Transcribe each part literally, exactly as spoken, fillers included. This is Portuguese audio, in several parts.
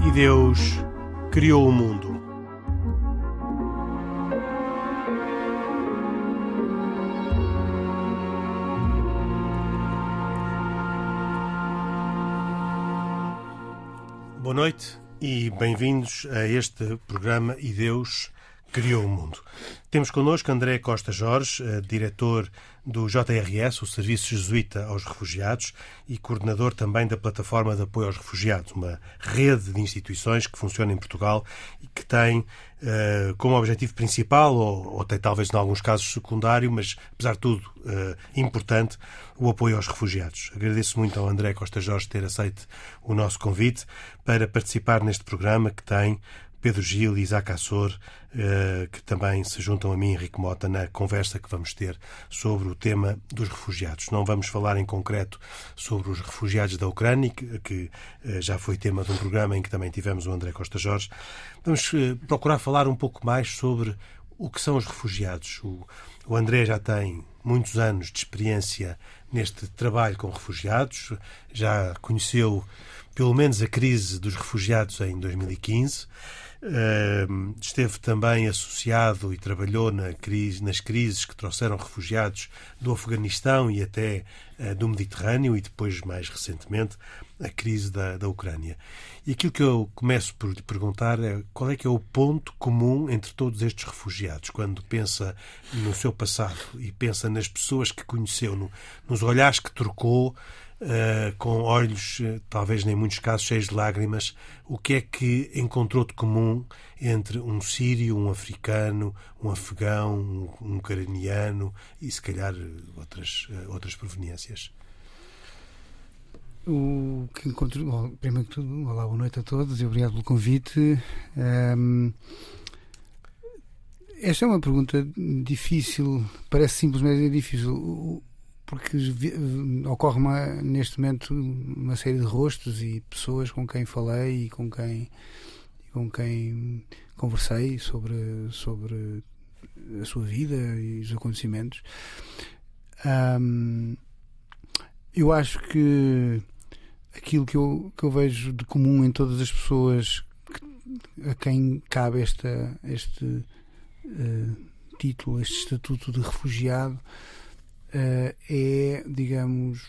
E Deus criou o mundo. Boa noite e bem-vindos a este programa E Deus criou o mundo. Temos connosco André Costa Jorge, diretor do J R S, o Serviço Jesuíta aos Refugiados, e coordenador também da Plataforma de Apoio aos Refugiados, uma rede de instituições que funciona em Portugal e que tem uh, como objetivo principal, ou, ou tem talvez em alguns casos secundário, mas apesar de tudo uh, importante, o apoio aos refugiados. Agradeço muito ao André Costa Jorge ter aceito o nosso convite para participar neste programa que tem Pedro Gil e Isaac Assor, que também se juntam a mim, Henrique Mota, na conversa que vamos ter sobre o tema dos refugiados. Não vamos falar em concreto sobre os refugiados da Ucrânia, que já foi tema de um programa em que também tivemos o André Costa Jorge. Vamos procurar falar um pouco mais sobre o que são os refugiados. O André já tem muitos anos de experiência neste trabalho com refugiados, já conheceu pelo menos a crise dos refugiados em dois mil e quinze, Uh, esteve também associado e trabalhou na crise, nas crises que trouxeram refugiados do Afeganistão e até uh, do Mediterrâneo, e depois, mais recentemente, a crise da, da Ucrânia. E aquilo que eu começo por lhe perguntar é qual é que é o ponto comum entre todos estes refugiados, quando pensa no seu passado e pensa nas pessoas que conheceu, no, nos olhares que trocou, Uh, com olhos, uh, talvez em muitos casos, cheios de lágrimas. O que é que encontrou de comum entre um sírio, um africano, um afegão, um, um ucraniano e, se calhar, outras, uh, outras proveniências? O que encontro... Bom, primeiro que tudo, olá, boa noite a todos e obrigado pelo convite. Um... Esta é uma pergunta difícil, parece simples, mas é difícil. Porque ocorre-me neste momento uma série de rostos e pessoas com quem falei e com quem, com quem conversei sobre, sobre a sua vida e os acontecimentos. Um, eu acho que aquilo que eu, que eu vejo de comum em todas as pessoas que, a quem cabe esta, este uh, título, este estatuto de refugiado, Uh, é, digamos,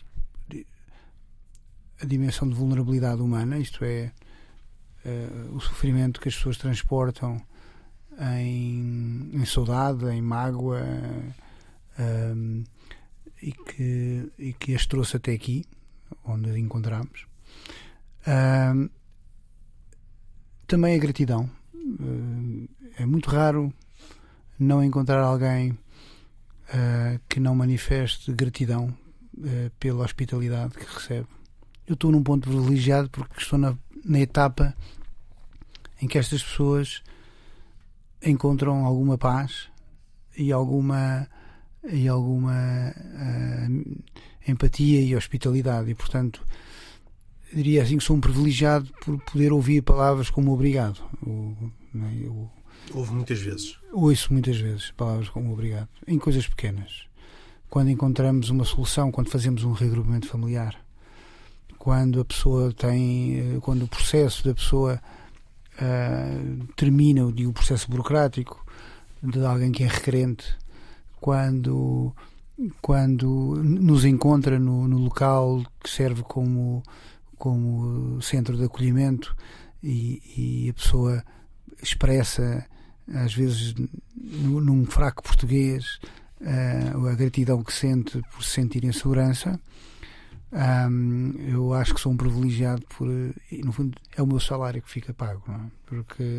a dimensão de vulnerabilidade humana, isto é, uh, o sofrimento que as pessoas transportam em, em saudade, em mágoa, uh, e, que, e que as trouxe até aqui, onde as encontramos. Uh, também a gratidão. Uh, é muito raro não encontrar alguém Uh, que não manifeste gratidão uh, pela hospitalidade que recebe. Eu estou num ponto privilegiado porque estou na, na etapa em que estas pessoas encontram alguma paz e alguma, e alguma uh, empatia e hospitalidade, e portanto diria assim que sou um privilegiado por poder ouvir palavras como obrigado. O, o, Houve muitas vezes. Ouço muitas vezes palavras como obrigado, em coisas pequenas. Quando encontramos uma solução, quando fazemos um reagrupamento familiar, quando a pessoa tem, quando o processo da pessoa uh, termina, eu digo, o processo burocrático de alguém que é requerente, quando, quando nos encontra no, no local que serve como, como centro de acolhimento e, e a pessoa expressa, às vezes num fraco português, uh, a gratidão que sente por se sentir em segurança. Um, eu acho que sou um privilegiado por, e no fundo é o meu salário que fica pago, não é? Porque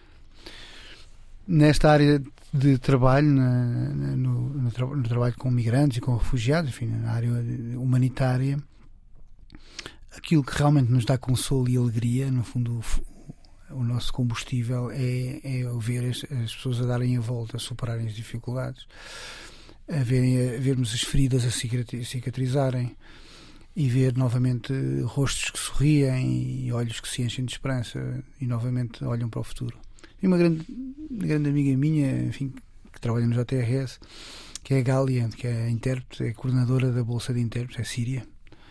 nesta área de trabalho, na, na, no, no, tra- no trabalho com migrantes e com refugiados, enfim, na área humanitária, aquilo que realmente nos dá consolo e alegria, no fundo o nosso combustível é, é ver as, as pessoas a darem a volta, a superarem as dificuldades, a, verem, a vermos as feridas a cicatrizarem e ver novamente rostos que sorriem e olhos que se enchem de esperança e novamente olham para o futuro. E uma grande, uma grande amiga minha, enfim, que trabalha no J R S, que é a Gália, que é a intérprete, é a coordenadora da Bolsa de Intérpretes, é síria,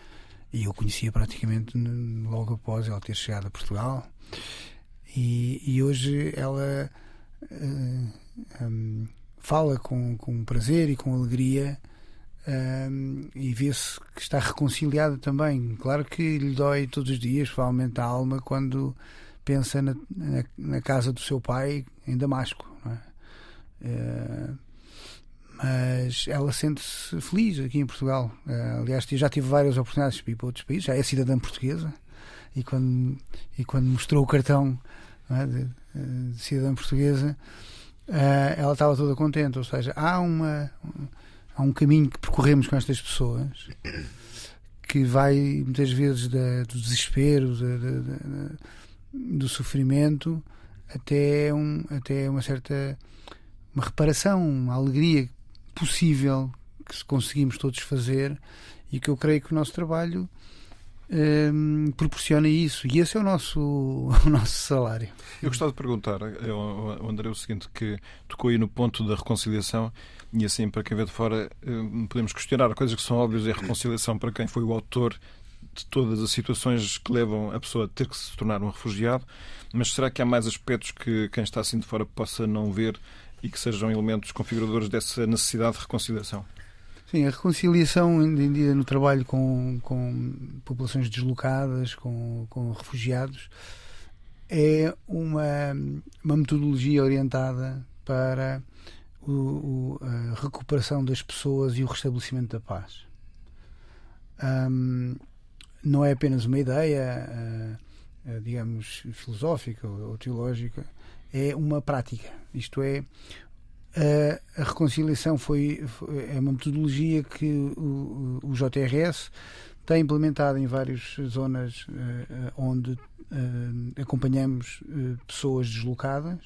e eu conhecia praticamente logo após ela ter chegado a Portugal, e, e hoje ela uh, um, fala com, com prazer e com alegria, um, e vê-se que está reconciliada também. Claro que lhe dói todos os dias, provavelmente a alma, quando pensa na, na, na casa do seu pai em Damasco, não é? Uh, mas ela sente-se feliz aqui em Portugal. Uh, aliás, já tive várias oportunidades de ir para outros países, já é cidadã portuguesa, e quando, e quando mostrou o cartão, não é, de, de cidadã portuguesa, uh, ela estava toda contente. Ou seja, há, uma, há um caminho que percorremos com estas pessoas que vai muitas vezes da, do desespero, da, da, da, do sofrimento, até, um, até uma certa uma reparação, uma alegria possível que conseguimos todos fazer, e que eu creio que o nosso trabalho hum, proporciona isso, e esse é o nosso, o nosso salário. Eu gostava de perguntar ao André o seguinte, que tocou aí no ponto da reconciliação, e assim, para quem vê de fora, podemos questionar coisas que são óbvias. É a reconciliação para quem foi o autor de todas as situações que levam a pessoa a ter que se tornar um refugiado, mas será que há mais aspectos que quem está assim de fora possa não ver e que sejam elementos configuradores dessa necessidade de reconciliação? Sim, a reconciliação entendida no trabalho com, com populações deslocadas, com, com refugiados, é uma, uma metodologia orientada para o, o, a recuperação das pessoas e o restabelecimento da paz. Um, não é apenas uma ideia, uh, uh, digamos, filosófica ou, ou teológica, é uma prática. Isto é, a, a reconciliação foi, foi, é uma metodologia que o, o J R S tem implementado em várias zonas uh, onde uh, acompanhamos uh, pessoas deslocadas,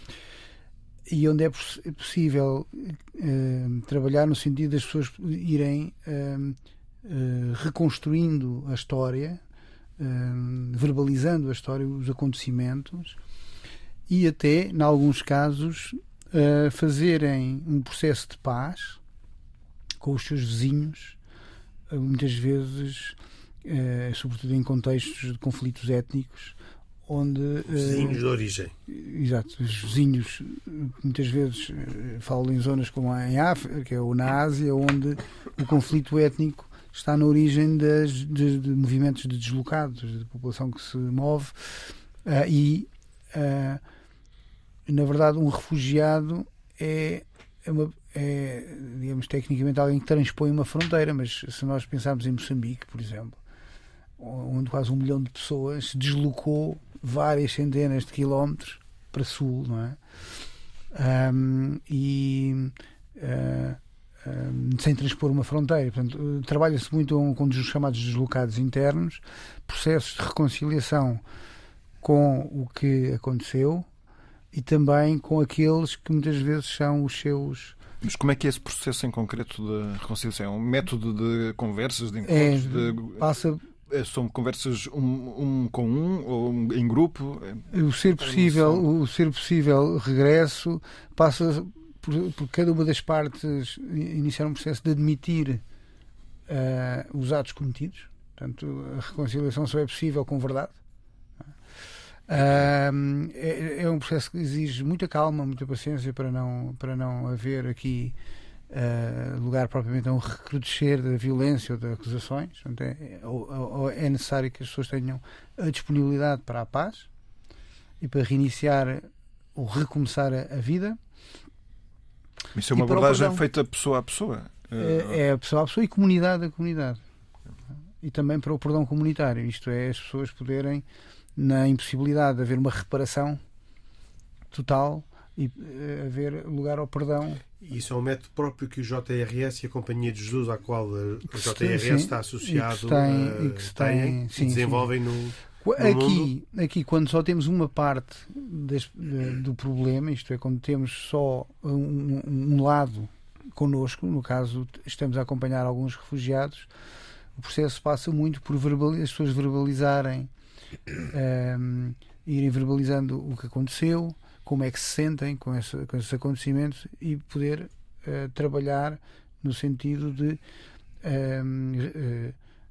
e onde é poss- possível uh, trabalhar no sentido das pessoas irem uh, uh, reconstruindo a história, uh, verbalizando a história, os acontecimentos, e até, em alguns casos, uh, fazerem um processo de paz com os seus vizinhos, uh, muitas vezes, uh, sobretudo em contextos de conflitos étnicos, onde... Uh, vizinhos de origem. Exato, os vizinhos, muitas vezes, uh, falo em zonas como em África ou na Ásia, onde o conflito étnico está na origem das, de, de movimentos de deslocados, de população que se move, uh, e... Uh, na verdade, um refugiado é, é, uma, é, digamos, tecnicamente alguém que transpõe uma fronteira, mas se nós pensarmos em Moçambique, por exemplo, onde quase um milhão de pessoas se deslocou várias centenas de quilómetros para sul, não é? Um, e uh, um, sem transpor uma fronteira. Portanto, trabalha-se muito com os chamados deslocados internos, processos de reconciliação com o que aconteceu, e também com aqueles que muitas vezes são os seus... Mas como é que é esse processo em concreto de reconciliação? É um método de conversas, de encontros? É, de... passa... São conversas um, um com um ou um, em grupo? O ser possível, o ser possível regresso passa por, por cada uma das partes iniciar um processo de admitir uh, os atos cometidos. Portanto, a reconciliação só é possível com verdade. Uh, é, é um processo que exige muita calma, muita paciência, para não, para não haver aqui uh, lugar propriamente a um recrudescer da violência ou de acusações. Portanto, é, é, é necessário que as pessoas tenham a disponibilidade para a paz e para reiniciar ou recomeçar a, a vida. Isso é uma abordagem feita pessoa a pessoa? É, é pessoa a pessoa e comunidade a comunidade. E também para o perdão comunitário, isto é, as pessoas poderem, na impossibilidade de haver uma reparação total, e uh, haver lugar ao perdão. Isso é um método próprio que o J R S e a Companhia de Jesus, à qual o J R S sim, está associado, tem, uh, que têm, sim, desenvolvem sim. no, no aqui, mundo. Aqui, quando só temos uma parte deste, do problema, isto é, quando temos só um, um lado connosco, no caso estamos a acompanhar alguns refugiados, o processo passa muito por verbalizar, as pessoas verbalizarem, um, irem verbalizando o que aconteceu, como é que se sentem com, esse, com esses acontecimentos, e poder uh, trabalhar no sentido de um, uh,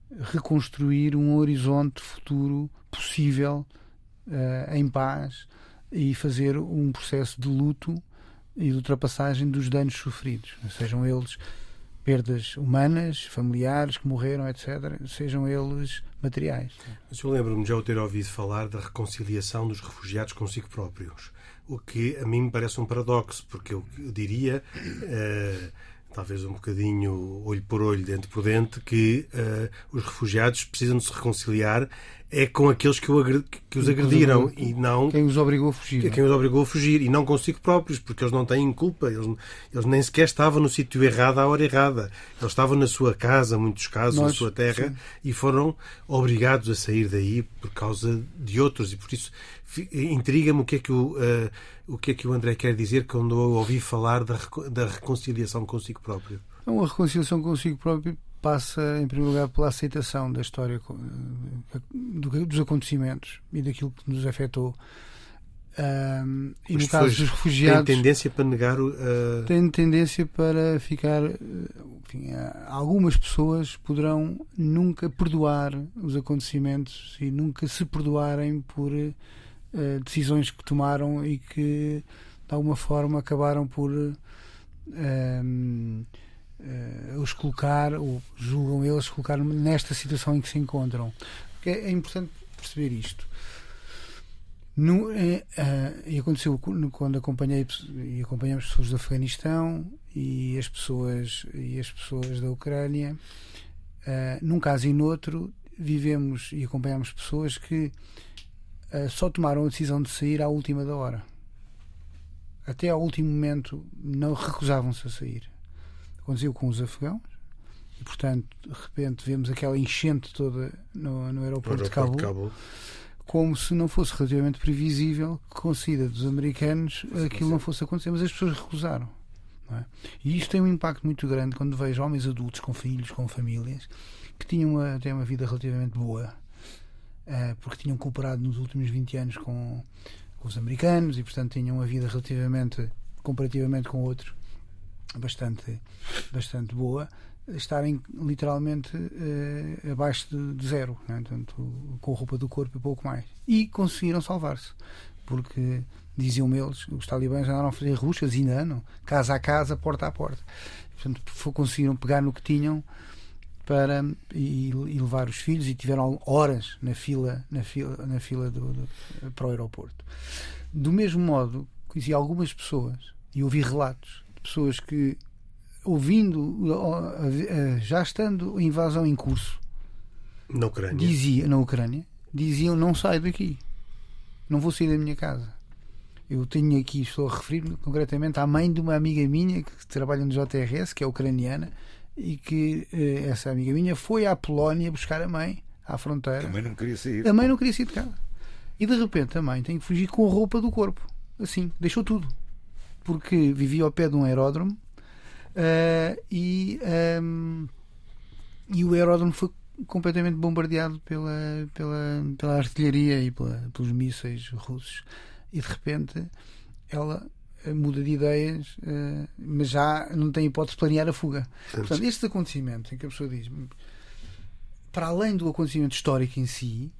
reconstruir um horizonte futuro possível uh, em paz e fazer um processo de luto e de ultrapassagem dos danos sofridos, sejam eles perdas humanas, familiares que morreram, etcétera, sejam eles materiais. Mas eu lembro-me de já o ter ouvido falar da reconciliação dos refugiados consigo próprios, o que a mim me parece um paradoxo, porque eu diria, uh, talvez um bocadinho olho por olho, dente por dente, que uh, os refugiados precisam de se reconciliar é com aqueles que, o agre... que os agrediram e não quem os obrigou a fugir. Quem os obrigou a fugir e não consigo próprios, porque eles não têm culpa, eles, eles nem sequer estavam no sítio errado à hora errada. Eles estavam na sua casa, em muitos casos, Nós, na sua terra, sim. e foram obrigados a sair daí por causa de outros. E por isso intriga-me o que é que o, uh, o que é que o André quer dizer quando eu ouvi falar da, da reconciliação consigo próprio. Então, a reconciliação consigo próprio passa, em primeiro lugar, pela aceitação da história, dos acontecimentos e daquilo que nos afetou. Um, e no caso dos refugiados, tem tendência para negar o. Uh... Tem tendência para ficar. Enfim, algumas pessoas poderão nunca perdoar os acontecimentos e nunca se perdoarem por uh, decisões que tomaram e que, de alguma forma, acabaram por. Um, Uh, os colocar, ou julgam eles colocar nesta situação em que se encontram. Porque é, é importante perceber isto. No, é, uh, e aconteceu quando acompanhei e acompanhamos pessoas do Afeganistão e as pessoas e as pessoas da Ucrânia. Uh, num caso e noutro vivemos e acompanhamos pessoas que uh, só tomaram a decisão de sair à última da hora. Até ao último momento não recusavam-se a sair. Aconteceu com os afegãos e, portanto, de repente vemos aquela enchente toda no, no aeroporto, aeroporto de Cabul, de Cabul, como se não fosse relativamente previsível que, com a saída dos americanos, aquilo não fosse acontecer, mas as pessoas recusaram. Não é? E isto tem um impacto muito grande quando vejo homens adultos com filhos, com famílias, que tinham uma, até uma vida relativamente boa, uh, porque tinham cooperado nos últimos vinte anos com, com os americanos e, portanto, tinham uma vida relativamente, comparativamente com outros, bastante, bastante boa, estarem literalmente uh, abaixo de, de zero, né? Portanto, com a roupa do corpo e pouco mais. E conseguiram salvar-se, porque diziam eles, os talibãs andaram a fazer ruchas e ainda andam, casa a casa, porta a porta. Portanto, conseguiram pegar no que tinham para, e, e levar os filhos, e tiveram horas na fila, na fila, na fila do, do, para o aeroporto. Do mesmo modo, conheci algumas pessoas e ouvi relatos pessoas que, ouvindo, já estando a invasão em curso na Ucrânia, dizia, na Ucrânia, diziam: não saio daqui, não vou sair da minha casa. Eu tenho aqui, estou a referir-me concretamente à mãe de uma amiga minha que trabalha no J R S, que é ucraniana, e que essa amiga minha foi à Polónia buscar a mãe à fronteira. A mãe não queria sair. A mãe não queria sair de casa. E de repente a mãe tem que fugir com a roupa do corpo. Assim, deixou tudo. Porque vivia ao pé de um aeródromo uh, e, um, e o aeródromo foi completamente bombardeado pela, pela, pela artilharia e pela, pelos mísseis russos, e de repente ela muda de ideias, uh, mas já não tem hipótese de planear a fuga. Portanto, Portanto estes acontecimentos em que a pessoa diz, para além do acontecimento histórico em si,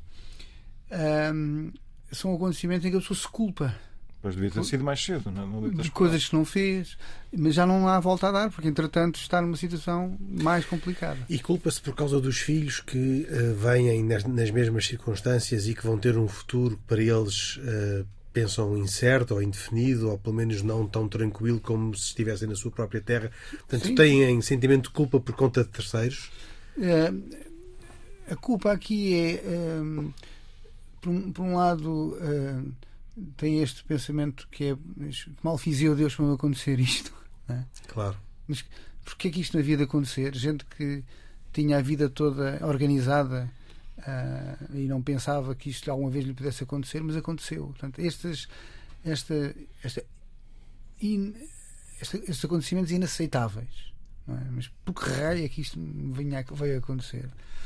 um, são acontecimentos em que a pessoa se culpa. Mas devia ter sido mais cedo, não, não de coisas que não fez, mas já não há volta a dar, porque entretanto está numa situação mais complicada. E culpa-se por causa dos filhos que uh, vêm nas, nas mesmas circunstâncias e que vão ter um futuro que para eles uh, pensam incerto ou indefinido, ou pelo menos não tão tranquilo como se estivessem na sua própria terra. Portanto, Sim. têm sentimento de culpa por conta de terceiros? Uh, a culpa aqui é, uh, por, um, por um lado... Uh, tem este pensamento que é: mal fiz eu, Deus, para me acontecer isto, não é? Claro. Mas porquê é que isto não havia de acontecer? Gente que tinha a vida toda organizada uh, e não pensava que isto alguma vez lhe pudesse acontecer, mas aconteceu. Portanto, estes, esta, esta, in, esta, estes acontecimentos inaceitáveis, não é? Mas por que raio é que isto vinha, veio a acontecer?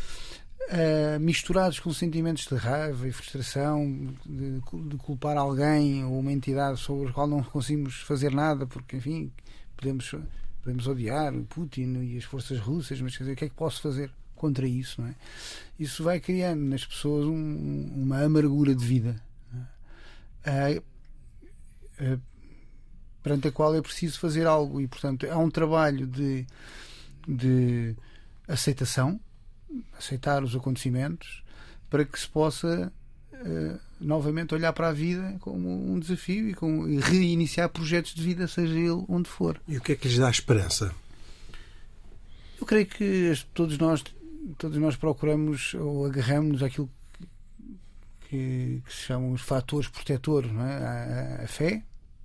Uh, misturados com sentimentos de raiva e frustração, de, de culpar alguém ou uma entidade sobre a qual não conseguimos fazer nada, porque, enfim, podemos, podemos odiar o Putin e as forças russas, mas quer dizer, o que é que posso fazer contra isso, não é? Isso vai criando nas pessoas um, uma amargura de vida, é? é, é, perante a qual é preciso fazer algo, e portanto há um trabalho de, de aceitação, aceitar os acontecimentos, para que se possa uh, novamente olhar para a vida como um desafio e, com, e reiniciar projetos de vida, seja ele onde for. E o que é que lhes dá esperança? Eu creio que todos nós todos nós procuramos ou agarramos àquilo que, que se chamam os fatores protetores, não é? a, a fé,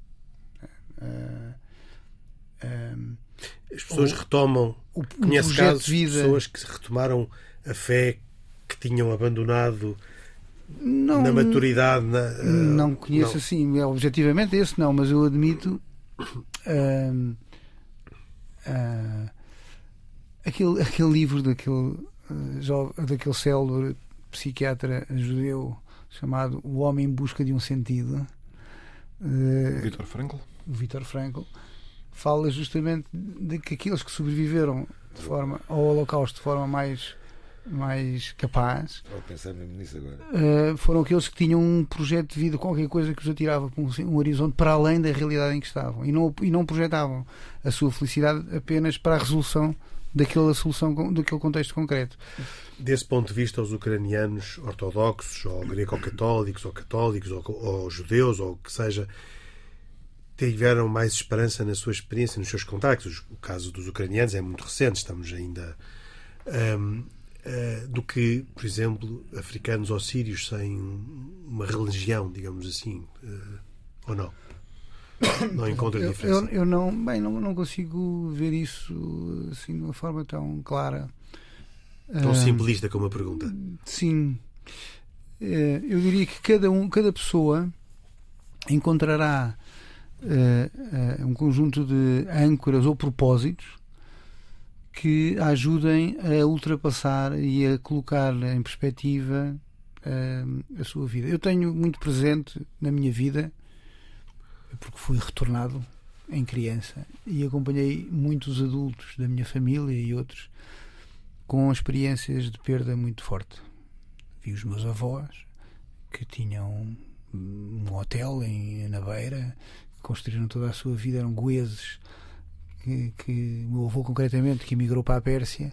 a, a, as pessoas o, retomam o, conhece casos de vida. Pessoas que retomaram a fé que tinham abandonado não, na maturidade na, uh, não conheço não. assim objetivamente esse não, mas eu admito uh, uh, aquele, aquele livro daquele, uh, daquele célebre psiquiatra judeu chamado O Homem em Busca de um Sentido, uh, Viktor Frankl. o Viktor Frankl fala justamente de que aqueles que sobreviveram de forma, ao Holocausto de forma mais mais capaz, vou pensar mesmo nisso agora. Uh, foram aqueles que tinham um projeto de vida, qualquer coisa que os atirava para um, um horizonte para além da realidade em que estavam, e não, e não projetavam a sua felicidade apenas para a resolução daquela solução, daquele contexto concreto. Desse ponto de vista, os ucranianos ortodoxos, ou greco-católicos, ou católicos, ou, ou judeus, ou o que seja, tiveram mais esperança na sua experiência, nos seus contactos. O caso dos ucranianos é muito recente, estamos ainda... Um, Uh, do que, por exemplo, africanos ou sírios sem uma religião, digamos assim, uh, ou não? Não encontra eu, diferença? Eu, eu não, bem, não, não consigo ver isso assim de uma forma tão clara. Tão uh, simplista como a pergunta. Sim. Uh, eu diria que cada, um, cada pessoa encontrará uh, uh, um conjunto de âncoras ou propósitos que a ajudem a ultrapassar e a colocar em perspectiva uh, a sua vida. Eu tenho muito presente na minha vida, porque fui retornado em criança e acompanhei muitos adultos da minha família e outros com experiências de perda muito forte. Vi os meus avós que tinham um hotel em, na Beira, que construíram toda a sua vida, eram goeses. Que, que o meu avô concretamente que emigrou para a Pérsia,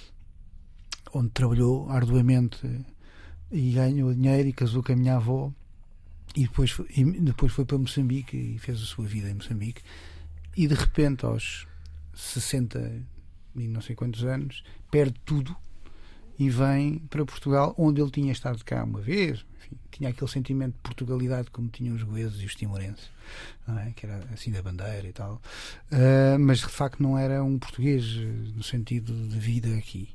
onde trabalhou arduamente e ganhou dinheiro e casou com a minha avó, e depois foi, e depois foi para Moçambique e fez a sua vida em Moçambique, e de repente aos sessenta e não sei quantos anos perde tudo e vem para Portugal, onde ele tinha estado cá uma vez. Enfim, tinha aquele sentimento de Portugalidade como tinham os goeses e os timorenses, não é? Que era assim da bandeira e tal, uh, mas de facto não era um português no sentido de vida aqui.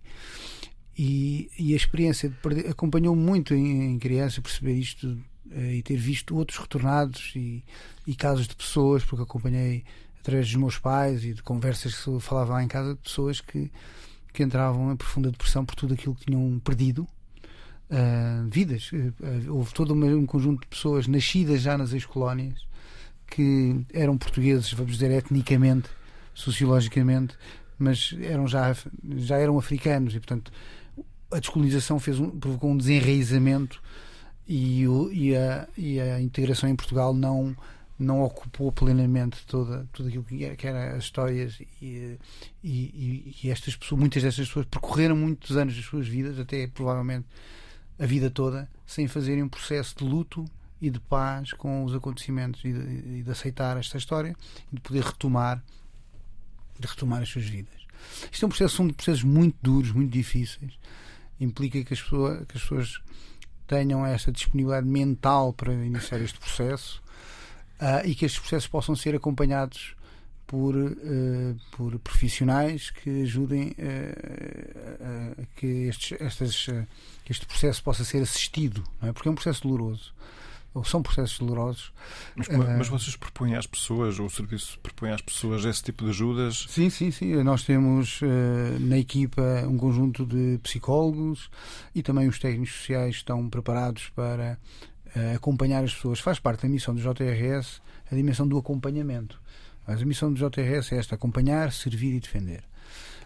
E, e a experiência de perder, acompanhou muito em, em criança perceber isto uh, e ter visto outros retornados e, e casos de pessoas, porque acompanhei através dos meus pais e de conversas que se falava lá em casa de pessoas que, que entravam em profunda depressão por tudo aquilo que tinham perdido. Uh, vidas, uh, houve todo um conjunto de pessoas nascidas já nas ex-colónias que eram portugueses, vamos dizer, etnicamente, sociologicamente, mas eram já, já eram africanos, e portanto a descolonização fez um, provocou um desenraizamento, e, o, e, a, e a integração em Portugal não, não ocupou plenamente toda, tudo aquilo que era, que era as histórias, e, e, e estas pessoas, muitas destas pessoas percorreram muitos anos das suas vidas, até provavelmente a vida toda, sem fazerem um processo de luto e de paz com os acontecimentos, e de, e de aceitar esta história e de poder retomar de retomar as suas vidas. Isto é um processo, são processos muito duros, muito difíceis. Implica que as pessoas, que as pessoas tenham esta disponibilidade mental para iniciar este processo, uh, e que estes processos possam ser acompanhados por, uh, por profissionais que ajudem uh, a que estes, estas, uh, que este processo possa ser assistido, não é? Porque é um processo doloroso, ou são processos dolorosos. Mas, uh, mas vocês propõem às pessoas, ou o serviço propõe às pessoas esse tipo de ajudas? Sim, sim, sim. Nós temos uh, na equipa um conjunto de psicólogos, e também os técnicos sociais estão preparados para uh, acompanhar as pessoas. Faz parte da missão do J R S a dimensão do acompanhamento. Mas a missão do J R S é esta: acompanhar, servir e defender.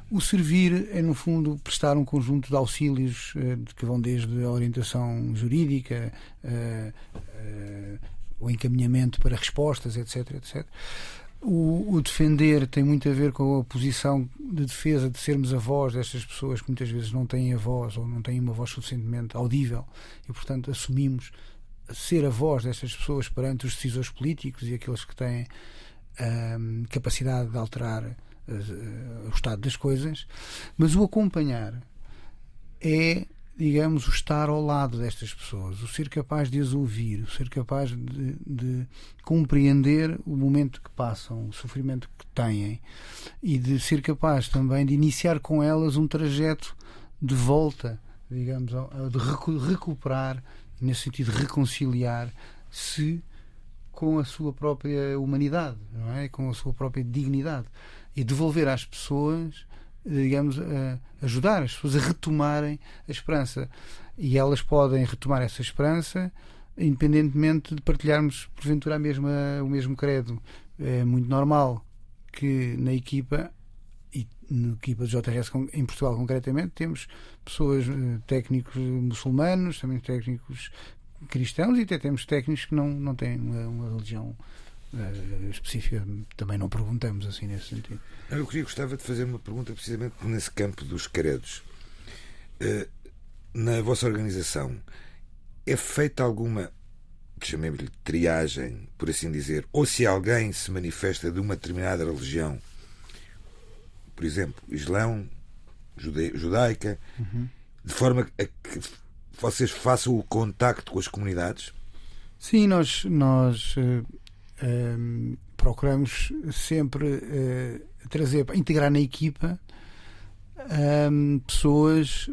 O servir é, no fundo, prestar um conjunto de auxílios uh, que vão desde a orientação jurídica, uh, uh, o encaminhamento para respostas, etc, etcétera. O, o defender tem muito a ver com a posição de defesa, de sermos a voz destas pessoas que muitas vezes não têm a voz ou não têm uma voz suficientemente audível e, portanto, assumimos ser a voz destas pessoas perante os decisores políticos e aqueles que têm um, capacidade de alterar uh, uh, o estado das coisas. Mas o acompanhar é, digamos, o estar ao lado destas pessoas, o ser capaz de as ouvir, o ser capaz de, de compreender o momento que passam, o sofrimento que têm e de ser capaz também de iniciar com elas um trajeto de volta, digamos, de recuperar, nesse sentido de reconciliar-se com a sua própria humanidade, não é? Com a sua própria dignidade e devolver às pessoas, digamos, a ajudar as pessoas a retomarem a esperança. E elas podem retomar essa esperança independentemente de partilharmos, porventura, a mesma, o mesmo credo. É muito normal que na equipa, e na equipa do J R S em Portugal concretamente, temos pessoas, técnicos muçulmanos, também técnicos cristãos, e até temos técnicos que não, não têm uma, uma religião Uh, específica, também não perguntamos assim nesse sentido. Eu queria, gostava de fazer uma pergunta precisamente nesse campo dos credos. Uh, na vossa organização é feita alguma, chamemos-lhe triagem, por assim dizer, ou se alguém se manifesta de uma determinada religião, por exemplo, Islão, jude- judaica, uhum. de forma a que vocês façam o contacto com as comunidades? Sim, nós, nós uh... Um, procuramos sempre uh, trazer, integrar na equipa um, pessoas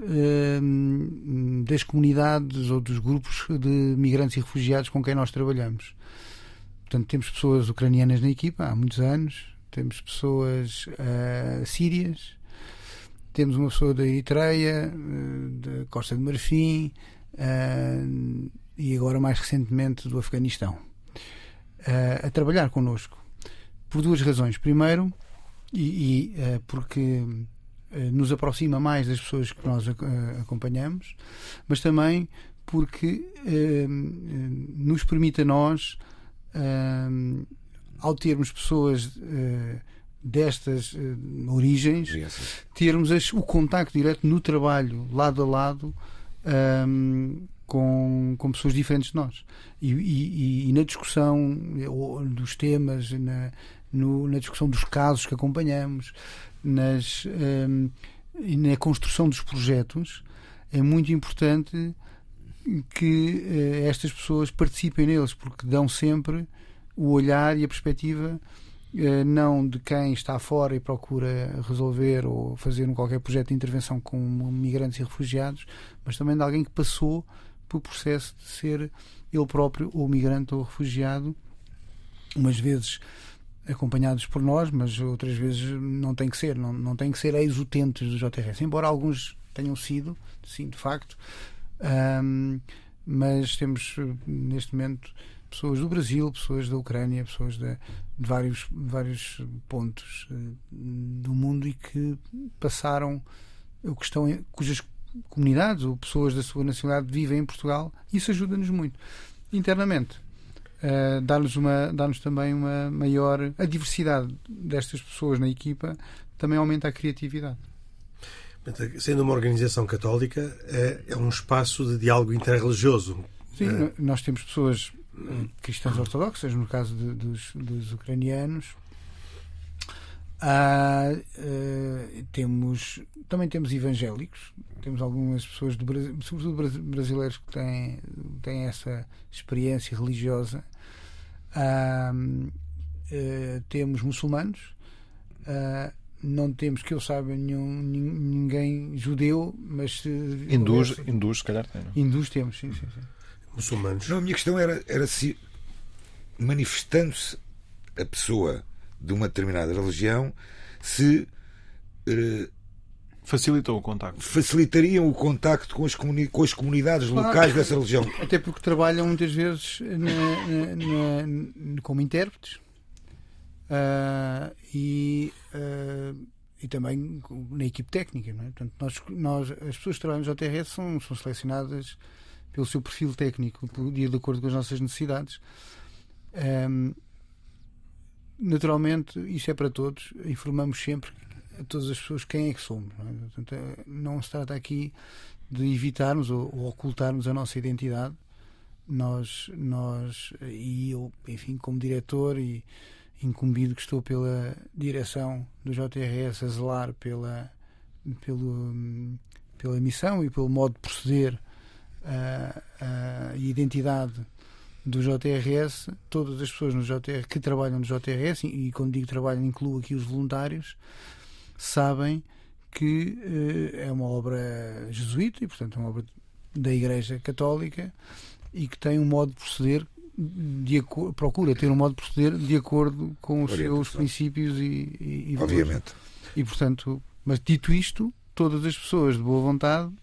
um, das comunidades ou dos grupos de migrantes e refugiados com quem nós trabalhamos. Portanto, temos pessoas ucranianas na equipa há muitos anos, temos pessoas uh, sírias, temos uma pessoa da Eritreia, uh, da Costa de Marfim uh, e agora mais recentemente do Afeganistão. Uh, a trabalhar connosco por duas razões. Primeiro, e, e uh, porque uh, nos aproxima mais das pessoas que nós uh, acompanhamos, mas também porque uh, nos permite a nós, uh, ao termos pessoas uh, destas uh, origens, termos as, o contacto direto no trabalho, lado a lado, um, Com, com pessoas diferentes de nós e, e, e na discussão dos temas, na, no, na discussão dos casos que acompanhamos, nas, um, e na construção dos projetos, é muito importante que uh, estas pessoas participem neles, porque dão sempre o olhar e a perspectiva uh, não de quem está fora e procura resolver ou fazer um qualquer projeto de intervenção com migrantes e refugiados, mas também de alguém que passou o processo de ser ele próprio ou migrante ou refugiado, umas vezes acompanhados por nós, mas outras vezes não tem que ser, não, não tem que ser ex-utentes do J R S, embora alguns tenham sido, sim, de facto, um, mas temos neste momento pessoas do Brasil, pessoas da Ucrânia, pessoas de, de vários, vários pontos uh, do mundo e que passaram, o que estão, cujas comunidades ou pessoas da sua nacionalidade vivem em Portugal. Isso ajuda-nos muito internamente, uh, dá-nos uma, dá-nos também uma maior, a diversidade destas pessoas na equipa também aumenta a criatividade. Sendo uma organização católica, é, é um espaço de diálogo interreligioso. Sim, é. Nós temos pessoas uh, cristãs ortodoxas, no caso de, dos, dos ucranianos. Ah, uh, temos, também temos evangélicos, temos algumas pessoas, do Brasil, sobretudo brasileiros, que têm, têm essa experiência religiosa. Ah, uh, temos muçulmanos, uh, não temos, que eu saiba, nenhum, ninguém judeu, mas hindus, hindus se calhar tem, não? Hindus temos, sim, sim, sim. Muçulmanos. Não, a minha questão era, era se, manifestando-se a pessoa de uma determinada religião, se eh, facilitou o contacto, facilitariam o contacto com as, comuni- com as comunidades claro, locais dessa religião. Até porque trabalham muitas vezes na, na, na, como intérpretes uh, e uh, e também na equipe técnica, não é? Portanto, nós, nós, as pessoas que trabalham no J R S são, são selecionadas pelo seu perfil técnico, de acordo com as nossas necessidades. Um, naturalmente, isso é para todos. Informamos sempre a todas as pessoas quem é que somos. Não é? Portanto, não se trata aqui de evitarmos ou, ou ocultarmos a nossa identidade. Nós, nós, e eu, enfim, como diretor e incumbido que estou pela direção do J R S a zelar pela, pelo, pela missão e pelo modo de proceder e identidade do J R S, todas as pessoas no J R S, que trabalham no J R S, e, e quando digo trabalho incluo aqui os voluntários, sabem que uh, é uma obra jesuíta e, portanto, é uma obra da Igreja Católica e que tem um modo de proceder, de acordo, procura ter um modo de proceder de acordo com os seus princípios e, e, e obviamente. E, portanto, mas dito isto, todas as pessoas de boa vontade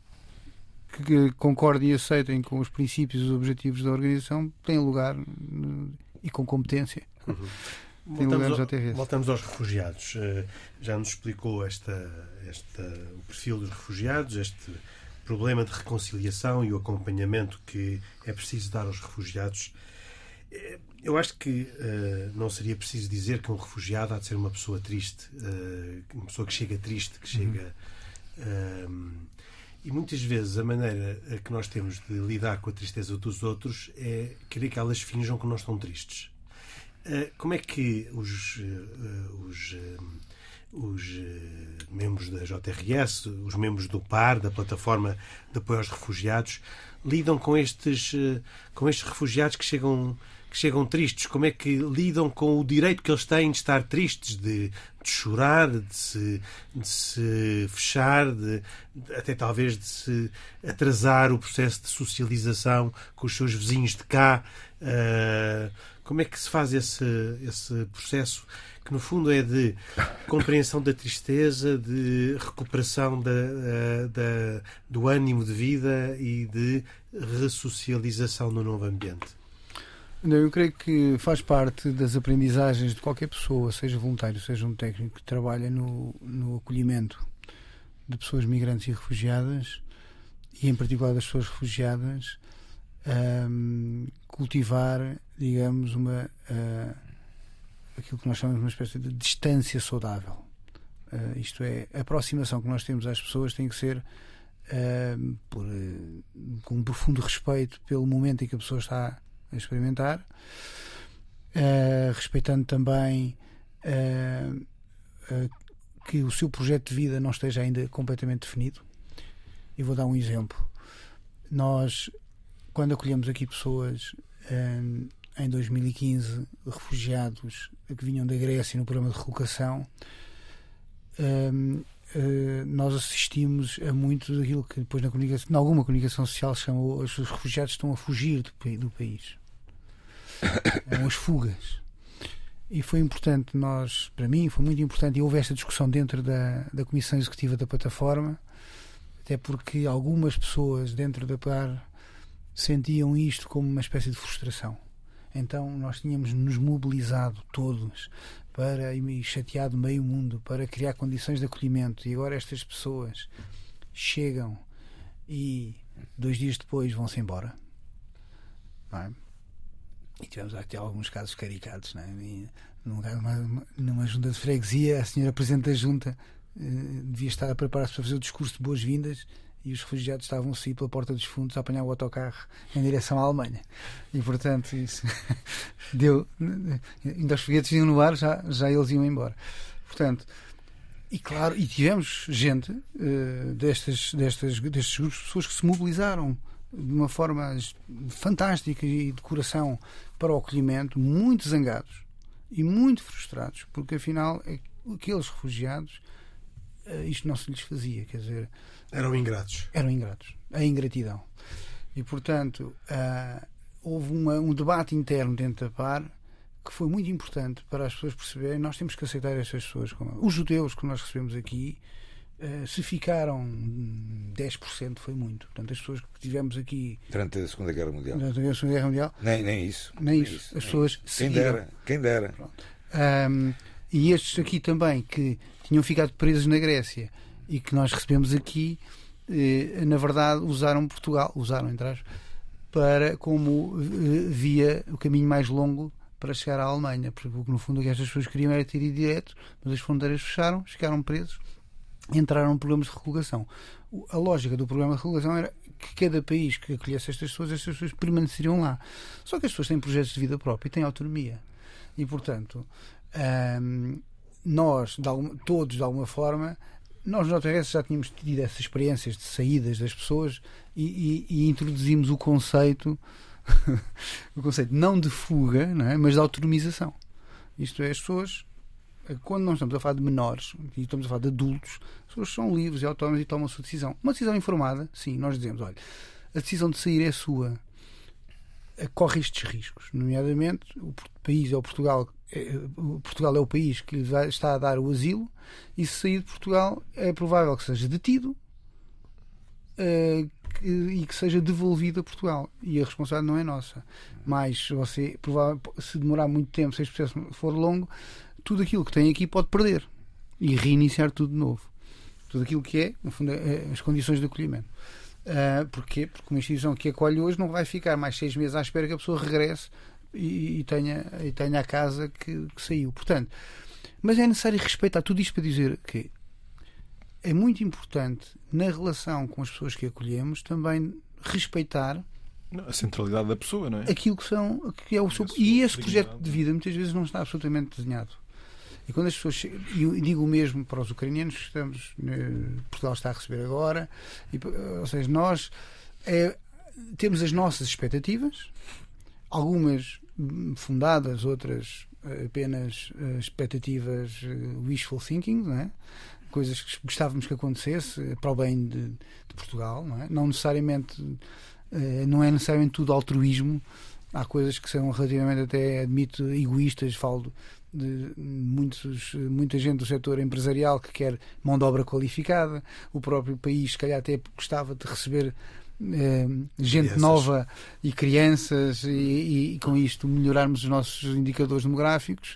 que concordem e aceitem com os princípios e os objetivos da organização têm lugar e com competência. Uhum. Voltamos, ao, voltamos aos refugiados. Já nos explicou esta, esta, o perfil dos refugiados, este problema de reconciliação e o acompanhamento que é preciso dar aos refugiados. Eu acho que uh, não seria preciso dizer que um refugiado há de ser uma pessoa triste, uh, uma pessoa que chega triste, que chega... Uh, e muitas vezes a maneira que nós temos de lidar com a tristeza dos outros é querer que elas finjam que não estão tristes. Uh, como é que os... Uh, os uh, os uh, membros da J R S, os membros do P A R, da Plataforma de Apoio aos Refugiados, lidam com estes, uh, com estes refugiados que chegam, que chegam tristes? Como é que lidam com o direito que eles têm de estar tristes, de, de chorar, de se, de se fechar, de, de, até talvez de se atrasar o processo de socialização com os seus vizinhos de cá? Uh, como é que se faz esse, esse processo que no fundo é de compreensão da tristeza, de recuperação da, da, do ânimo de vida e de ressocialização no novo ambiente? Eu creio que faz parte das aprendizagens de qualquer pessoa, seja voluntário, seja um técnico que trabalha no, no acolhimento de pessoas migrantes e refugiadas, e em particular das pessoas refugiadas, um, cultivar, digamos, uma... Uh, aquilo que nós chamamos de uma espécie de distância saudável. Uh, isto é, a aproximação que nós temos às pessoas tem que ser uh, por, uh, com um profundo respeito pelo momento em que a pessoa está a experimentar, uh, respeitando também uh, uh, que o seu projeto de vida não esteja ainda completamente definido. E vou dar um exemplo. Nós, quando acolhemos aqui pessoas uh, em dois mil e quinze, refugiados que vinham da Grécia no programa de relocação, um, uh, nós assistimos a muito daquilo que depois na comunicação, em alguma comunicação social se chama os refugiados estão a fugir do, do país. Eram as fugas. E foi importante, nós, para mim, foi muito importante, e houve esta discussão dentro da, da Comissão Executiva da Plataforma, até porque algumas pessoas dentro da P A R sentiam isto como uma espécie de frustração. Então nós tínhamos nos mobilizado todos para, e chateado meio mundo para criar condições de acolhimento, e agora estas pessoas chegam e dois dias depois vão-se embora, não é? E tivemos até alguns casos caricatos, não é? E numa, numa junta de freguesia, a senhora Presidente da Junta eh, devia estar a preparar-se para fazer o discurso de boas-vindas, e os refugiados estavam a sair pela porta dos fundos a apanhar o autocarro em direção à Alemanha. E, portanto, isso deu... Ainda os foguetes iam no ar, já, já eles iam embora. Portanto, e claro, e tivemos gente uh, destas, destas, destes grupos de pessoas que se mobilizaram de uma forma fantástica e de coração para o acolhimento, muito zangados e muito frustrados, porque afinal aqueles refugiados, uh, isto não se lhes fazia, quer dizer... Eram ingratos. Eram ingratos. A ingratidão. E, portanto, uh, houve uma, um debate interno dentro da P A R que foi muito importante para as pessoas perceberem. Nós temos que aceitar estas pessoas. Como os judeus que nós recebemos aqui, uh, se ficaram dez por cento foi muito. Portanto, as pessoas que tivemos aqui... Durante a Segunda Guerra Mundial. Durante a Segunda Guerra Mundial. Nem, nem isso. Nem, nem isso. isso. As pessoas Quem dera. Quem dera. Um, e estes aqui também que tinham ficado presos na Grécia e que nós recebemos aqui, eh, na verdade, usaram Portugal, usaram, entre aspas, para como eh, via o caminho mais longo para chegar à Alemanha, porque no fundo o que estas pessoas queriam era ter ido direto, mas as fronteiras fecharam, ficaram presos, entraram em programas de recolocação. A lógica do programa de recolocação era que cada país que acolhesse estas pessoas, estas pessoas permaneceriam lá. Só que as pessoas têm projetos de vida própria e têm autonomia. E, portanto, hum, nós, de alguma, todos, de alguma forma, nós no J R S já tínhamos tido essas experiências de saídas das pessoas e, e, e introduzimos o conceito o conceito não de fuga, não é? Mas de autonomização. Isto é, as pessoas, quando não estamos a falar de menores e estamos a falar de adultos, as pessoas são livres e autónomas e tomam a sua decisão. Uma decisão informada, sim, nós dizemos, olha, a decisão de sair é sua, corre estes riscos, nomeadamente o país é o Portugal, é, o Portugal é o país que lhe vai, está a dar o asilo, e se sair de Portugal é provável que seja detido uh, que, e que seja devolvido a Portugal, e a responsabilidade não é nossa. Mas você, se demorar muito tempo, se este processo for longo, tudo aquilo que tem aqui pode perder e reiniciar tudo de novo, tudo aquilo que é, no fundo, é, as condições de acolhimento. Uh, porquê? Porque uma instituição que acolhe hoje não vai ficar mais seis meses à espera que a pessoa regresse e, e, tenha, e tenha a casa que, que saiu. Portanto, mas é necessário respeitar tudo isto para dizer que é muito importante, na relação com as pessoas que acolhemos, também respeitar a centralidade da pessoa, não é? Aquilo que são, que é o seu, e esse projeto de vida muitas vezes não está absolutamente desenhado. E quando as pessoas, e eu digo o mesmo para os ucranianos que estamos, Portugal está a receber agora, e, ou seja, nós é, temos as nossas expectativas, algumas fundadas, outras apenas expectativas wishful thinking, não é? Coisas que gostávamos que acontecesse para o bem de, de Portugal, não é? Não necessariamente, não é necessariamente tudo altruísmo. Há coisas que são relativamente, até admito, egoístas. Falo de muitos, muita gente do setor empresarial que quer mão de obra qualificada. O próprio país, se calhar, até gostava de receber eh, gente crianças. nova e crianças, e, e, e com isto melhorarmos os nossos indicadores demográficos.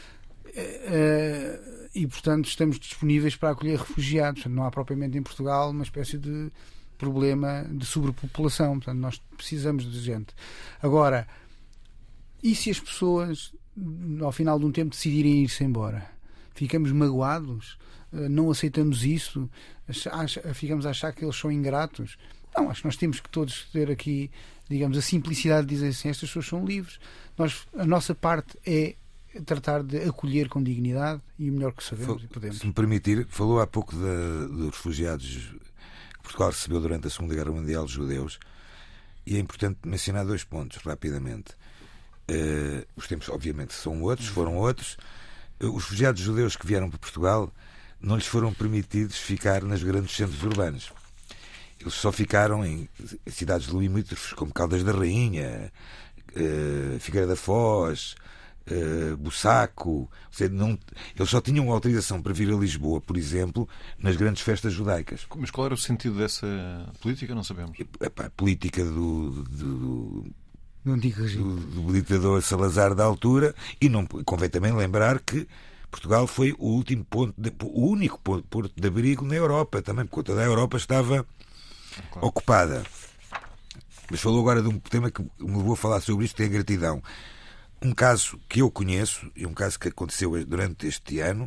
Eh, e, portanto, estamos disponíveis para acolher refugiados. Não há propriamente em Portugal uma espécie de problema de sobrepopulação. Portanto, nós precisamos de gente. Agora, e se as pessoas, ao final de um tempo, decidirem ir-se embora? Ficamos magoados? Não aceitamos isso? Ficamos a achar que eles são ingratos? Não, acho que nós temos que todos ter aqui, digamos, a simplicidade de dizer assim, estas pessoas são livres. Nós, a nossa parte é tratar de acolher com dignidade e o melhor que sabemos Fal- e podemos. Se me permitir, falou há pouco de, dos refugiados que Portugal recebeu durante a Segunda Guerra Mundial, judeus, e é importante mencionar dois pontos rapidamente. Uh, os tempos, obviamente, são outros, foram outros. Uh, os refugiados judeus que vieram para Portugal não lhes foram permitidos ficar nos grandes centros urbanos. Eles só ficaram em cidades limítrofes como Caldas da Rainha, uh, Figueira da Foz, Uh, Bussaco, ou seja, não, eles só tinham autorização para vir a Lisboa, por exemplo, nas grandes festas judaicas. Mas qual era o sentido dessa política? Não sabemos. A, a política do, do, do, do, do ditador Salazar da altura, e não convém também lembrar que Portugal foi o último ponto, de, o único ponto, porto de abrigo na Europa, também porque toda a Europa estava claro. ocupada. Mas falou agora de um tema que me vou falar sobre isto, que é a gratidão. Um caso que eu conheço, e um caso que aconteceu durante este ano,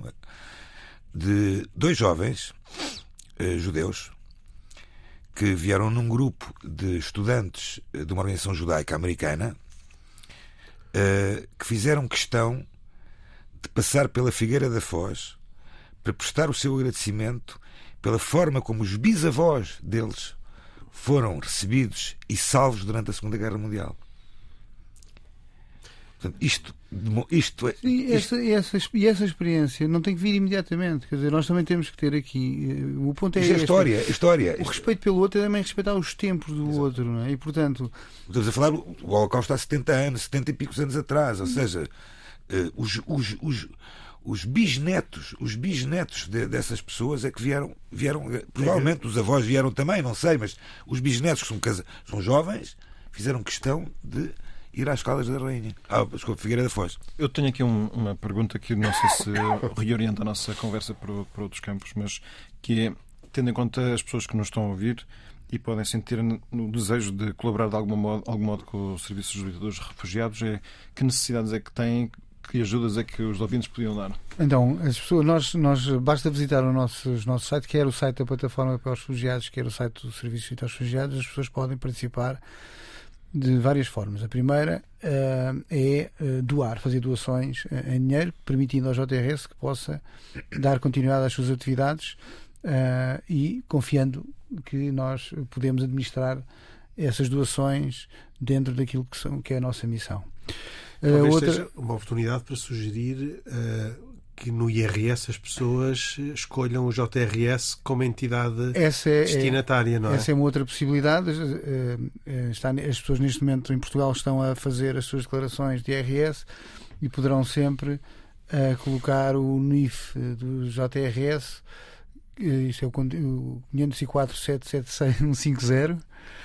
de dois jovens eh, judeus que vieram num grupo de estudantes de uma organização judaica americana, eh, que fizeram questão de passar pela Figueira da Foz para prestar o seu agradecimento pela forma como os bisavós deles foram recebidos e salvos durante a Segunda Guerra Mundial. Portanto, isto, isto é. Isto... E, essa, e, essa, e essa experiência não tem que vir imediatamente. Quer dizer, nós também temos que ter aqui. O ponto é isto é história, história. O respeito pelo outro é também respeitar os tempos do Exato. outro, não é? E portanto. Estamos a falar, o Holocausto há setenta anos, setenta e picos anos atrás, ou seja, uh, os, os, os, os bisnetos, os bisnetos de, dessas pessoas é que vieram, vieram. Provavelmente os avós vieram também, não sei, mas os bisnetos que são, são jovens, fizeram questão de ir às Caldas da Rainha. Ah, desculpa, Figueira da Foz. Eu tenho aqui um, uma pergunta que não sei se reorienta a nossa conversa para, para outros campos, mas que é, tendo em conta as pessoas que nos estão a ouvir e podem sentir no desejo de colaborar de algum modo, algum modo com o Serviço Jesuíta dos Refugiados, é, que necessidades é que têm, que ajudas é que os ouvintes podiam dar? Então, as pessoas, nós, nós basta visitar o nosso, o nosso site, quer o site da Plataforma para os Refugiados, quer o site do Serviço Jesuíta aos Refugiados. As pessoas podem participar de várias formas. A primeira uh, é uh, doar, fazer doações uh, em dinheiro, permitindo ao J R S que possa dar continuidade às suas atividades uh, e confiando que nós podemos administrar essas doações dentro daquilo que, são, que é a nossa missão. Talvez uh, outra... seja uma oportunidade para sugerir uh, que no I R S as pessoas escolham o J R S como entidade essa é, destinatária, não é? Essa é uma outra possibilidade. Está, as pessoas neste momento em Portugal estão a fazer as suas declarações de I R S e poderão sempre uh, colocar o N I F do J R S, isto é o quinhentos e quatro, sete sete seis, um cinco zero,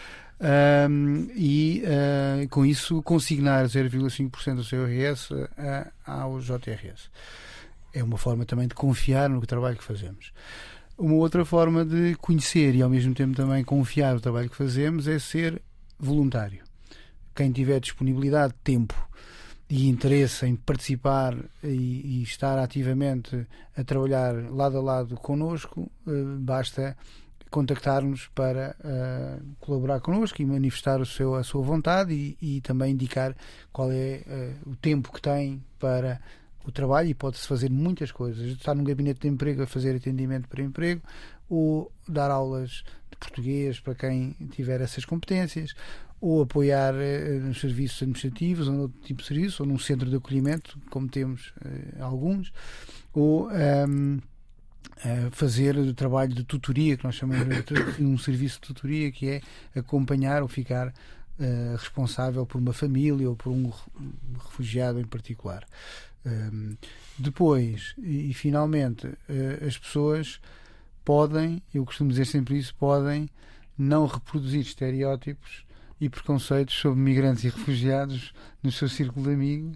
um, e uh, com isso consignar zero vírgula cinco por cento do seu I R S uh, ao J R S. É uma forma também de confiar no trabalho que fazemos. Uma outra forma de conhecer e ao mesmo tempo também confiar no trabalho que fazemos é ser voluntário. Quem tiver disponibilidade, tempo e interesse em participar e, e estar ativamente a trabalhar lado a lado connosco, uh, basta contactar-nos para uh, colaborar connosco e manifestar o seu, a sua vontade e, e também indicar qual é uh, o tempo que tem para o trabalho, e pode-se fazer muitas coisas. Estar num gabinete de emprego a fazer atendimento para emprego, ou dar aulas de português para quem tiver essas competências, ou apoiar eh, nos serviços administrativos ou noutro tipo de serviço, ou num centro de acolhimento, como temos eh, alguns, ou um, uh, fazer o trabalho de tutoria, que nós chamamos de um serviço de tutoria, que é acompanhar ou ficar uh, responsável por uma família ou por um refugiado em particular. Um, depois, e, e finalmente, uh, as pessoas podem, eu costumo dizer sempre isso, podem não reproduzir estereótipos e preconceitos sobre migrantes e refugiados no seu círculo de amigos,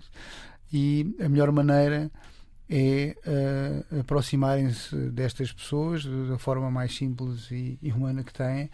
e a melhor maneira é uh, aproximarem-se destas pessoas da forma mais simples e, e humana que têm, uh,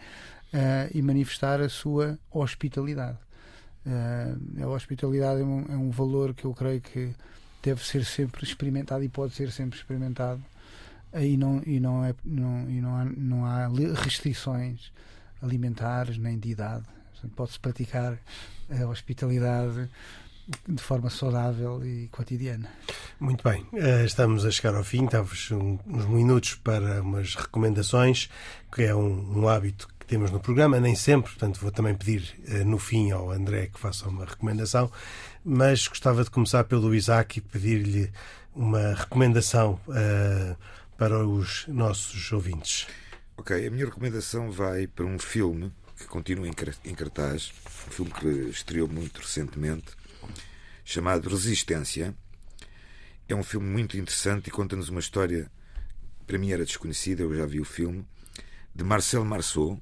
e manifestar a sua hospitalidade. Uh, a hospitalidade é um, é um valor que eu creio que deve ser sempre experimentado e pode ser sempre experimentado, e não, e não, é, não, e não, há, não há restrições alimentares nem de idade. Pode-se praticar a hospitalidade de forma saudável e cotidiana. Muito bem, estamos a chegar ao fim. Temos uns minutos para umas recomendações, que é um, um hábito que temos no programa, nem sempre, portanto vou também pedir no fim ao André que faça uma recomendação, mas gostava de começar pelo Isaac e pedir-lhe uma recomendação uh, para os nossos ouvintes. Ok, a minha recomendação vai para um filme que continua em cartaz, um filme que estreou muito recentemente, chamado Resistência. É um filme muito interessante e conta-nos uma história, para mim era desconhecida, eu já vi o filme, de Marcel Marceau,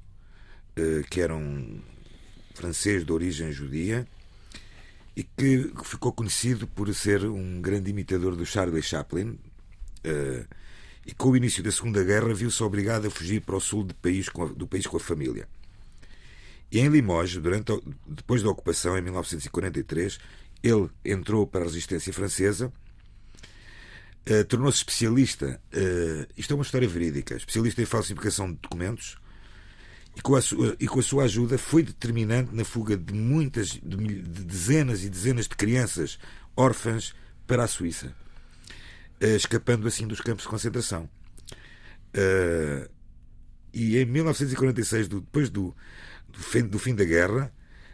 que era um francês de origem judia e que ficou conhecido por ser um grande imitador do Charlie Chaplin, e com o início da Segunda Guerra viu-se obrigado a fugir para o sul do país com a, do país com a família. E em Limoges, durante, depois da ocupação, em mil novecentos e quarenta e três, ele entrou para a resistência francesa, uh, tornou-se especialista, uh, isto é uma história verídica, especialista em falsificação de documentos, e com a sua, e com a sua ajuda foi determinante na fuga de muitas, de, de dezenas e dezenas de crianças órfãs para a Suíça, uh, escapando assim dos campos de concentração. Uh, e em mil novecentos e quarenta e seis, do, depois do Do fim, do fim da guerra,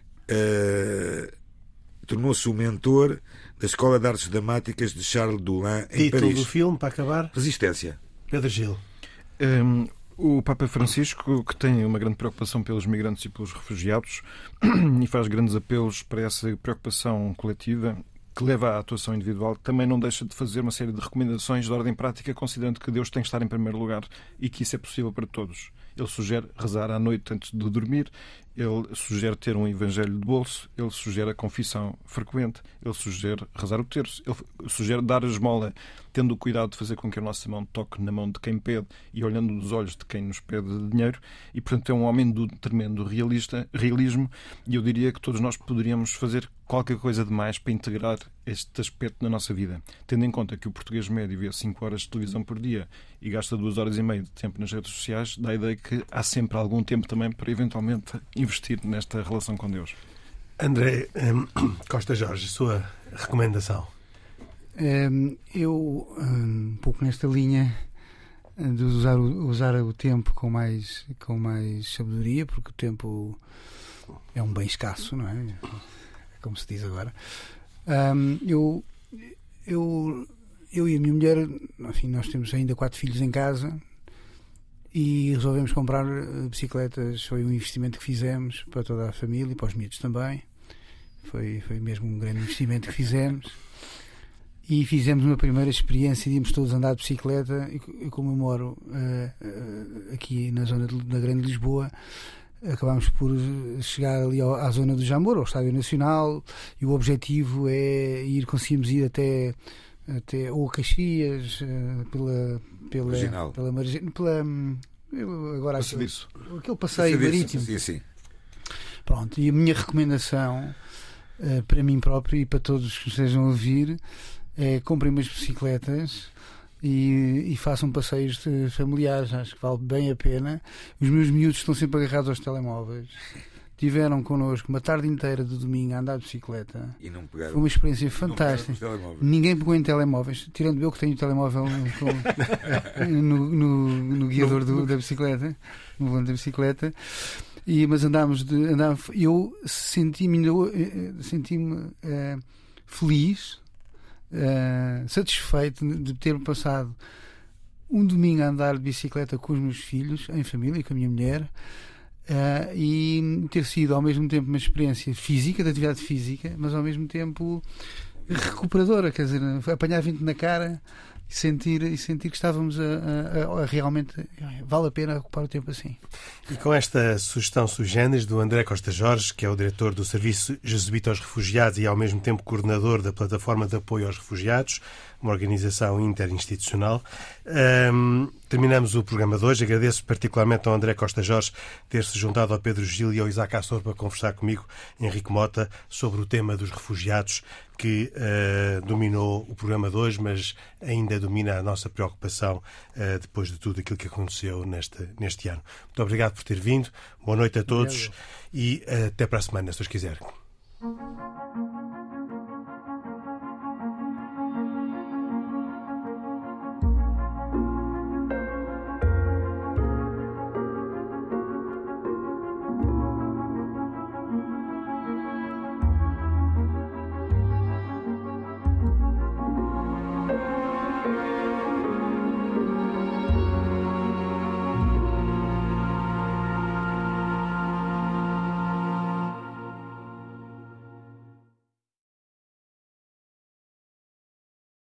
uh, tornou-se o mentor da Escola de Artes Dramáticas de Charles Dulin em Título Paris. Do filme, para acabar? Resistência. Pedro Gil. Um, o Papa Francisco, que tem uma grande preocupação pelos migrantes e pelos refugiados e faz grandes apelos para essa preocupação coletiva que leva à atuação individual, também não deixa de fazer uma série de recomendações de ordem prática, considerando que Deus tem que estar em primeiro lugar e que isso é possível para todos. ele sugere rezar à noite antes de dormir, ele sugere ter um evangelho de bolso, ele sugere a confissão frequente, ele sugere rezar o terço, ele sugere dar a esmola, tendo o cuidado de fazer com que a nossa mão toque na mão de quem pede e olhando nos olhos de quem nos pede dinheiro. E, portanto, é um homem do tremendo realista, realismo, e eu diria que todos nós poderíamos fazer qualquer coisa de mais para integrar este aspecto na nossa vida. Tendo em conta que o português médio vê cinco horas de televisão por dia e gasta duas horas e meia de tempo nas redes sociais, dá a ideia que há sempre algum tempo também para eventualmente investir nesta relação com Deus. André um, Costa Jorge, sua recomendação? Um, eu, um pouco nesta linha de usar o, usar o tempo com mais, com mais sabedoria, porque o tempo é um bem escasso, não é? Como se diz agora. Um, eu, eu, eu e a minha mulher, enfim, nós temos ainda quatro filhos em casa e resolvemos comprar bicicletas. Foi um investimento que fizemos para toda a família e para os miúdos também. Foi, foi mesmo um grande investimento que fizemos. E fizemos uma primeira experiência de irmos todos andar de bicicleta. E como eu moro uh, uh, aqui na zona de, da Grande Lisboa, acabámos por chegar ali ao, à zona do Jamor, ao Estádio Nacional, e o objetivo é ir, conseguimos ir até, até ou Caxias, uh, pela pela Marginal. pela, margem, pela agora aquele, aquele passeio marítimo. Sim, sim. Pronto, e a minha recomendação uh, para mim próprio e para todos que estejam a ouvir é: comprem umas bicicletas e, e façam passeios familiares. Acho que vale bem a pena. Os meus miúdos estão sempre agarrados aos telemóveis. Tiveram connosco uma tarde inteira de domingo a andar de bicicleta. E não pegaram, foi uma experiência fantástica. Ninguém pegou em telemóveis, tirando eu que tenho o telemóvel no, no, no, no guiador do, da bicicleta, no volante da bicicleta. E, mas andámos de. Andámos, eu senti-me, senti-me uh, feliz. Uh, satisfeito de ter passado um domingo a andar de bicicleta com os meus filhos, em família, com a minha mulher, uh, e ter sido ao mesmo tempo uma experiência física, de atividade física, mas ao mesmo tempo recuperadora, quer dizer, apanhar vento na cara e sentir, e sentir que estávamos a, a, a realmente vale a pena ocupar o tempo assim. E com esta sugestão sui generis do André Costa Jorge, que é o diretor do Serviço Jesuíta aos Refugiados e ao mesmo tempo coordenador da Plataforma de Apoio aos Refugiados, uma organização interinstitucional, um, terminamos o programa de hoje. Agradeço particularmente ao André Costa Jorge ter-se juntado ao Pedro Gil e ao Isaac Assor para conversar comigo, Henrique Mota, sobre o tema dos refugiados, que uh, dominou o programa de hoje, mas ainda domina a nossa preocupação uh, depois de tudo aquilo que aconteceu neste, neste ano. Muito obrigado por ter vindo. Boa noite a todos. Obrigado. E uh, até para a semana, se Deus quiser.